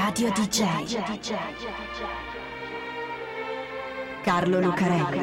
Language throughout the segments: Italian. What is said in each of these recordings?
Radio DJ Carlo Lucarelli.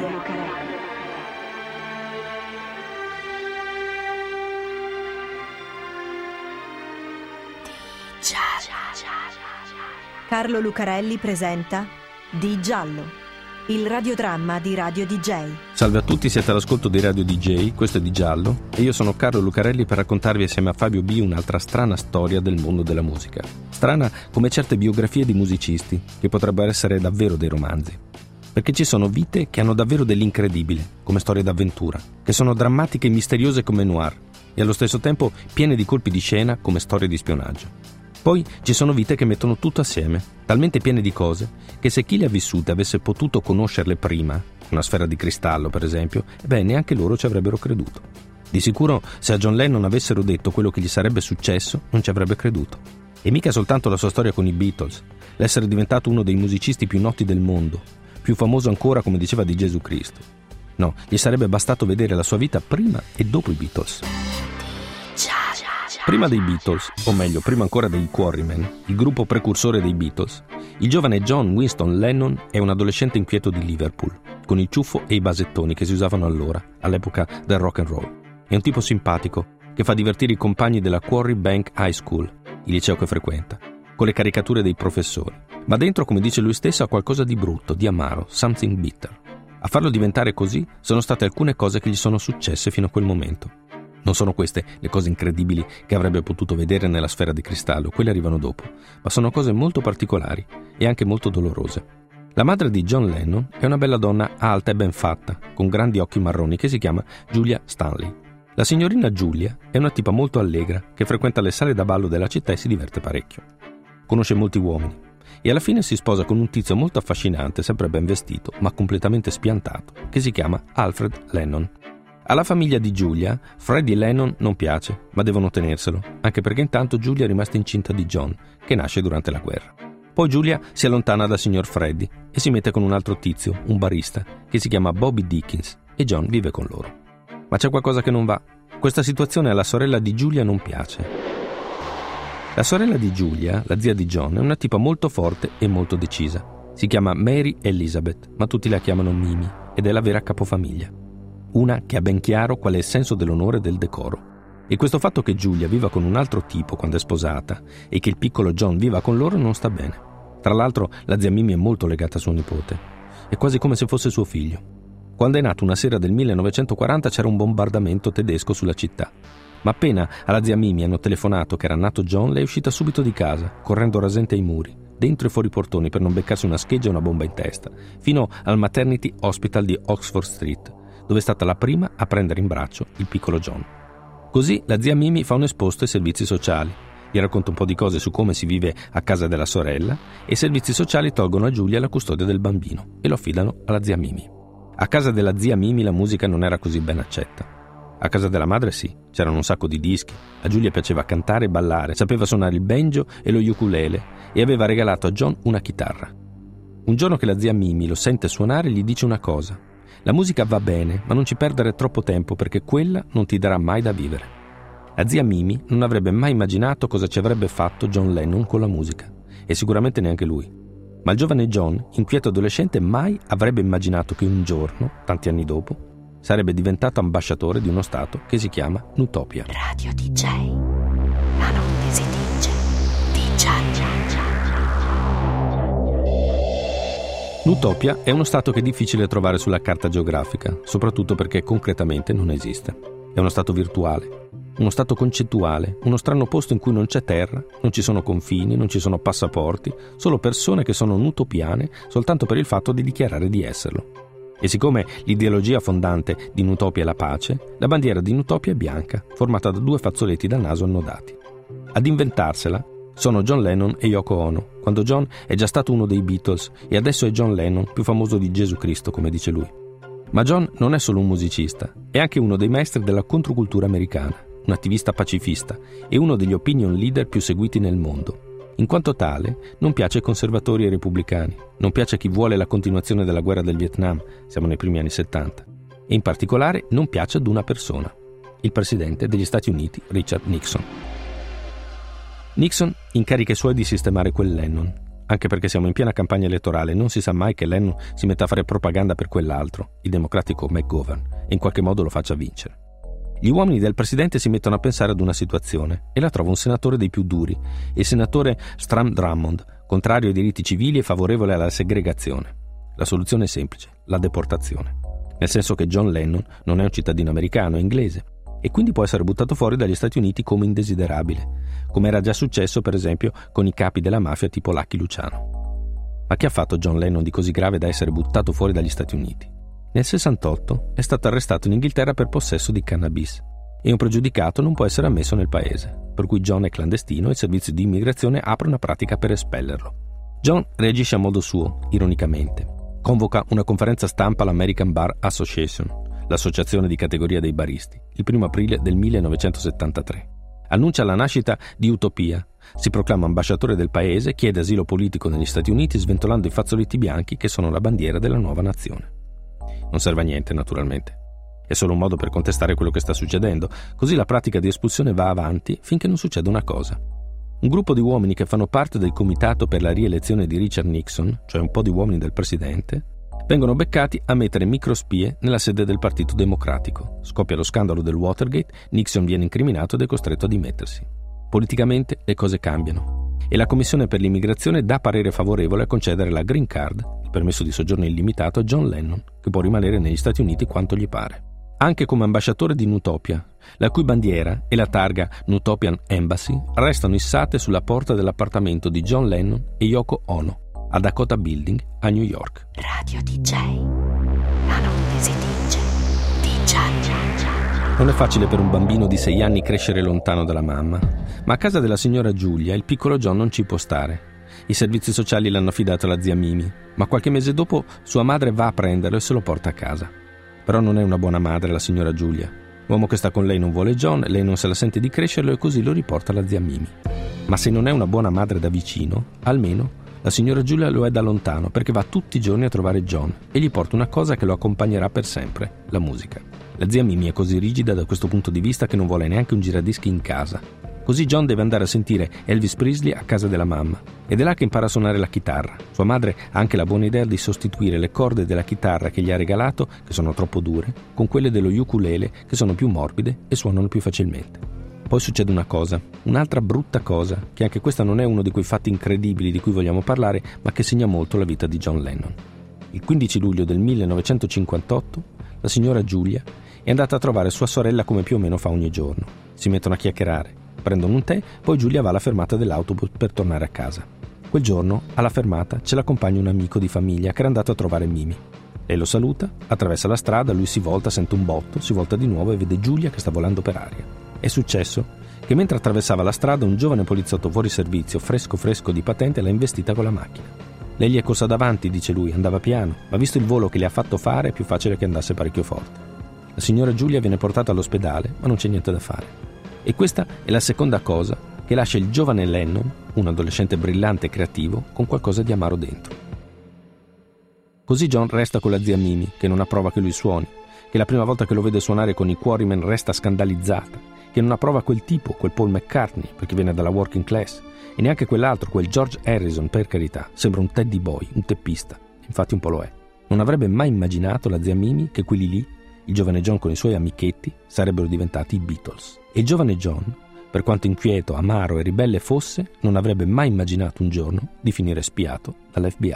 Carlo Lucarelli presenta Di Giallo, il radiodramma di Radio DJ. Salve a tutti, siete all'ascolto di Radio DJ, questo è Di Giallo e io sono Carlo Lucarelli per raccontarvi assieme a Fabio B un'altra strana storia del mondo della musica. Strana come certe biografie di musicisti, che potrebbero essere davvero dei romanzi. Perché ci sono vite che hanno davvero dell'incredibile, come storie d'avventura, che sono drammatiche e misteriose come noir, e allo stesso tempo piene di colpi di scena come storie di spionaggio. Poi ci sono vite che mettono tutto assieme, talmente piene di cose, che se chi le ha vissute avesse potuto conoscerle prima, una sfera di cristallo per esempio, neanche loro ci avrebbero creduto. Di sicuro, se a John Lennon avessero detto quello che gli sarebbe successo, non ci avrebbe creduto. E mica soltanto la sua storia con i Beatles, l'essere diventato uno dei musicisti più noti del mondo, più famoso ancora, come diceva, di Gesù Cristo. No, gli sarebbe bastato vedere la sua vita prima e dopo i Beatles. Prima dei Beatles, o meglio, prima ancora dei Quarrymen, il gruppo precursore dei Beatles, il giovane John Winston Lennon è un adolescente inquieto di Liverpool, con il ciuffo e i basettoni che si usavano all'epoca del rock and roll. È un tipo simpatico, che fa divertire i compagni della Quarry Bank High School, il liceo che frequenta, con le caricature dei professori. Ma dentro, come dice lui stesso, ha qualcosa di brutto, di amaro, something bitter. A farlo diventare così sono state alcune cose che gli sono successe fino a quel momento. Non sono queste le cose incredibili che avrebbe potuto vedere nella sfera di cristallo, quelle arrivano dopo, ma sono cose molto particolari e anche molto dolorose. La madre di John Lennon è una bella donna alta e ben fatta, con grandi occhi marroni, che si chiama Julia Stanley. La signorina Julia è una tipa molto allegra che frequenta le sale da ballo della città e si diverte parecchio. Conosce molti uomini e alla fine si sposa con un tizio molto affascinante, sempre ben vestito, ma completamente spiantato, che si chiama Alfred Lennon. Alla famiglia di Julia, Freddie Lennon non piace, ma devono tenerselo, anche perché intanto Julia è rimasta incinta di John, che nasce durante la guerra. Poi Julia si allontana da signor Freddie e si mette con un altro tizio, un barista, che si chiama Bobby Dickens, e John vive con loro. Ma c'è qualcosa che non va. Questa situazione alla sorella di Julia non piace. La sorella di Julia, la zia di John, è una tipa molto forte e molto decisa. Si chiama Mary Elizabeth, ma tutti la chiamano Mimi, ed è la vera capofamiglia. Una che ha ben chiaro qual è il senso dell'onore e del decoro. E questo fatto che Julia viva con un altro tipo quando è sposata e che il piccolo John viva con loro non sta bene. Tra l'altro la zia Mimi è molto legata a suo nipote. È quasi come se fosse suo figlio. Quando è nato una sera del 1940 c'era un bombardamento tedesco sulla città. Ma appena alla zia Mimi hanno telefonato che era nato John, lei è uscita subito di casa, correndo rasente ai muri, dentro e fuori i portoni per non beccarsi una scheggia e una bomba in testa, fino al Maternity Hospital di Oxford Street, dove è stata la prima a prendere in braccio il piccolo John. Così la zia Mimi fa un esposto ai servizi sociali, gli racconta un po' di cose su come si vive a casa della sorella e i servizi sociali tolgono a Giulia la custodia del bambino e lo affidano alla zia Mimi. A casa della zia Mimi la musica non era così ben accetta. A casa della madre sì, c'erano un sacco di dischi, a Giulia piaceva cantare e ballare, sapeva suonare il banjo e lo ukulele e aveva regalato a John una chitarra. Un giorno che la zia Mimi lo sente suonare gli dice una cosa: la musica va bene, ma non ci perdere troppo tempo perché quella non ti darà mai da vivere. La zia Mimi non avrebbe mai immaginato cosa ci avrebbe fatto John Lennon con la musica, e sicuramente neanche lui. Ma il giovane John, inquieto adolescente, mai avrebbe immaginato che un giorno, tanti anni dopo, sarebbe diventato ambasciatore di uno stato che si chiama Nutopia. Radio DJ, la notte si dice DJ. Nutopia è uno stato che è difficile trovare sulla carta geografica, soprattutto perché concretamente non esiste. È uno stato virtuale, uno stato concettuale, uno strano posto in cui non c'è terra, non ci sono confini, non ci sono passaporti, solo persone che sono nutopiane soltanto per il fatto di dichiarare di esserlo. E siccome l'ideologia fondante di Nutopia è la pace, la bandiera di Nutopia è bianca, formata da 2 fazzoletti dal naso annodati. Ad inventarsela sono John Lennon e Yoko Ono, quando John è già stato uno dei Beatles e adesso è John Lennon, più famoso di Gesù Cristo, come dice lui. Ma John non è solo un musicista, è anche uno dei maestri della controcultura americana, un attivista pacifista e uno degli opinion leader più seguiti nel mondo. In quanto tale, non piace ai conservatori e ai repubblicani, non piace a chi vuole la continuazione della guerra del Vietnam, siamo nei primi anni 70, e in particolare non piace ad una persona, il presidente degli Stati Uniti, Richard Nixon. Nixon incarica i suoi di sistemare quel Lennon, anche perché siamo in piena campagna elettorale e non si sa mai che Lennon si metta a fare propaganda per quell'altro, il democratico McGovern, e in qualche modo lo faccia vincere. Gli uomini del presidente si mettono a pensare ad una situazione e la trova un senatore dei più duri, il senatore Stram Drummond, contrario ai diritti civili e favorevole alla segregazione. La soluzione è semplice, la deportazione. Nel senso che John Lennon non è un cittadino americano, è inglese, e quindi può essere buttato fuori dagli Stati Uniti come indesiderabile, come era già successo per esempio con i capi della mafia tipo Lucky Luciano. Ma che ha fatto John Lennon di così grave da essere buttato fuori dagli Stati Uniti? Nel 68 è stato arrestato in Inghilterra per possesso di cannabis e un pregiudicato non può essere ammesso nel paese, per cui John è clandestino e il servizio di immigrazione apre una pratica per espellerlo. John reagisce a modo suo, ironicamente. Convoca una conferenza stampa all'American Bar Association, l'associazione di categoria dei baristi, il 1 aprile del 1973. Annuncia la nascita di Utopia, si proclama ambasciatore del paese, chiede asilo politico negli Stati Uniti sventolando i fazzoletti bianchi che sono la bandiera della nuova nazione. Non serve a niente, naturalmente. È solo un modo per contestare quello che sta succedendo, così la pratica di espulsione va avanti finché non succede una cosa. Un gruppo di uomini che fanno parte del comitato per la rielezione di Richard Nixon, cioè un po' di uomini del presidente, vengono beccati a mettere microspie nella sede del Partito Democratico. Scoppia lo scandalo del Watergate, Nixon viene incriminato ed è costretto a dimettersi. Politicamente le cose cambiano e la Commissione per l'immigrazione dà parere favorevole a concedere la Green Card, il permesso di soggiorno illimitato, a John Lennon, che può rimanere negli Stati Uniti quanto gli pare. Anche come ambasciatore di Nutopia, la cui bandiera e la targa Nutopian Embassy restano issate sulla porta dell'appartamento di John Lennon e Yoko Ono, a Dakota Building a New York. Radio DJ. La notte si dice DJ. Non è facile per un bambino di 6 anni crescere lontano dalla mamma, ma a casa della signora Giulia il piccolo John non ci può stare. I servizi sociali l'hanno affidato alla zia Mimi, ma qualche mese dopo sua madre va a prenderlo e se lo porta a casa. Però non è una buona madre la signora Giulia. L'uomo che sta con lei non vuole John, lei non se la sente di crescerlo e così lo riporta alla zia Mimi. Ma se non è una buona madre da vicino, almeno la signora Giulia lo è da lontano, perché va tutti i giorni a trovare John e gli porta una cosa che lo accompagnerà per sempre, la musica. La zia Mimi è così rigida da questo punto di vista che non vuole neanche un giradischi in casa. Così John deve andare a sentire Elvis Presley a casa della mamma ed è là che impara a suonare la chitarra. Sua madre ha anche la buona idea di sostituire le corde della chitarra che gli ha regalato, che sono troppo dure, con quelle dello ukulele, che sono più morbide e suonano più facilmente. Poi succede una cosa, un'altra brutta cosa, che anche questa non è uno di quei fatti incredibili di cui vogliamo parlare, ma che segna molto la vita di John Lennon. Il 15 luglio del 1958 la signora Giulia è andata a trovare sua sorella come più o meno fa ogni giorno. Si mettono a chiacchierare, prendono un tè, poi Giulia va alla fermata dell'autobus per tornare a casa. Quel giorno, alla fermata, ce l'accompagna un amico di famiglia che era andato a trovare Mimi. Lei lo saluta, attraversa la strada, lui si volta, sente un botto, si volta di nuovo e vede Giulia che sta volando per aria. È successo che mentre attraversava la strada un giovane poliziotto fuori servizio, fresco di patente, l'ha investita con la macchina. Lei gli è corsa davanti, dice lui, andava piano, ma visto il volo che le ha fatto fare è più facile che andasse parecchio forte. La signora Giulia viene portata all'ospedale, ma non c'è niente da fare. E questa è la seconda cosa che lascia il giovane Lennon, un adolescente brillante e creativo, con qualcosa di amaro dentro. Così John resta con la zia Mimi, che non approva che lui suoni, che la prima volta che lo vede suonare con i Quarrymen resta scandalizzata, che non approva quel tipo, quel Paul McCartney, perché viene dalla working class, e neanche quell'altro, quel George Harrison, per carità, sembra un teddy boy, un teppista, infatti un po' lo è. Non avrebbe mai immaginato la zia Mimi che quelli lì, il giovane John con i suoi amichetti, sarebbero diventati i Beatles. E il giovane John, per quanto inquieto, amaro e ribelle fosse, non avrebbe mai immaginato un giorno di finire spiato dall'FBI.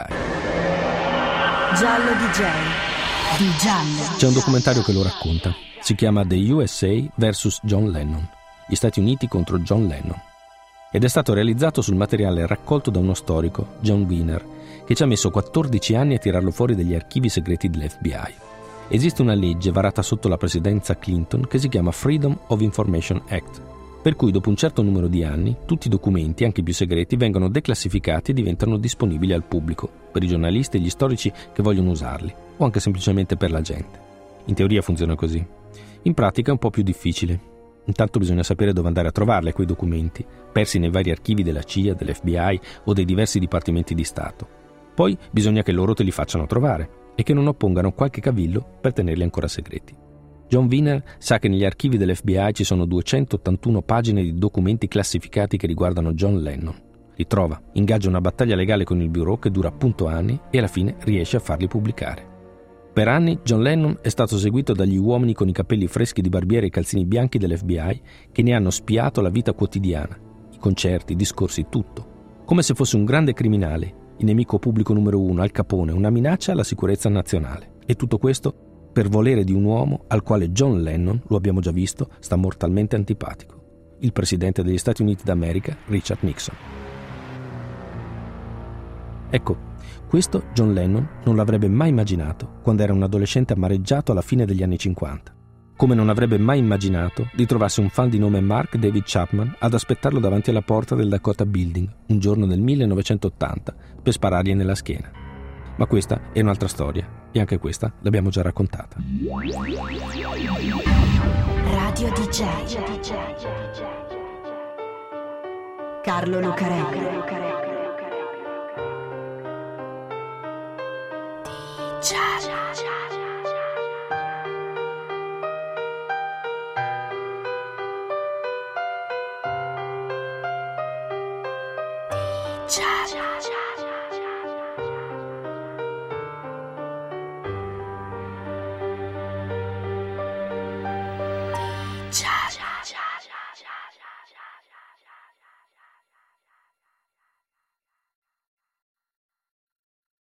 Giallo DJ. Di Giallo. C'è un documentario che lo racconta. Si chiama The USA vs. John Lennon. Gli Stati Uniti contro John Lennon. Ed è stato realizzato sul materiale raccolto da uno storico, John Wiener, che ci ha messo 14 anni a tirarlo fuori dagli archivi segreti dell'FBI. Esiste una legge varata sotto la presidenza Clinton che si chiama Freedom of Information Act, per cui dopo un certo numero di anni tutti i documenti, anche i più segreti, vengono declassificati e diventano disponibili al pubblico, per i giornalisti e gli storici che vogliono usarli, o anche semplicemente per la gente. In teoria funziona così. In pratica è un po' più difficile. Intanto bisogna sapere dove andare a trovarli quei documenti, persi nei vari archivi della CIA, dell'FBI o dei diversi dipartimenti di Stato. Poi bisogna che loro te li facciano trovare e che non oppongano qualche cavillo per tenerli ancora segreti. John Wiener sa che negli archivi dell'FBI ci sono 281 pagine di documenti classificati che riguardano John Lennon. Li trova, ingaggia una battaglia legale con il bureau che dura appunto anni e alla fine riesce a farli pubblicare. Per anni John Lennon è stato seguito dagli uomini con i capelli freschi di barbiere e i calzini bianchi dell'FBI che ne hanno spiato la vita quotidiana, i concerti, i discorsi, tutto. Come se fosse un grande criminale, il nemico pubblico numero uno, Al Capone, una minaccia alla sicurezza nazionale. E tutto questo per volere di un uomo al quale John Lennon, lo abbiamo già visto, sta mortalmente antipatico. Il presidente degli Stati Uniti d'America, Richard Nixon. Ecco, questo John Lennon non l'avrebbe mai immaginato quando era un adolescente amareggiato alla fine degli anni 50. Come non avrebbe mai immaginato di trovarsi un fan di nome Mark David Chapman ad aspettarlo davanti alla porta del Dakota Building un giorno del 1980 per sparargli nella schiena. Ma questa è un'altra storia e anche questa l'abbiamo già raccontata. Radio DJ Carlo Lucarelli.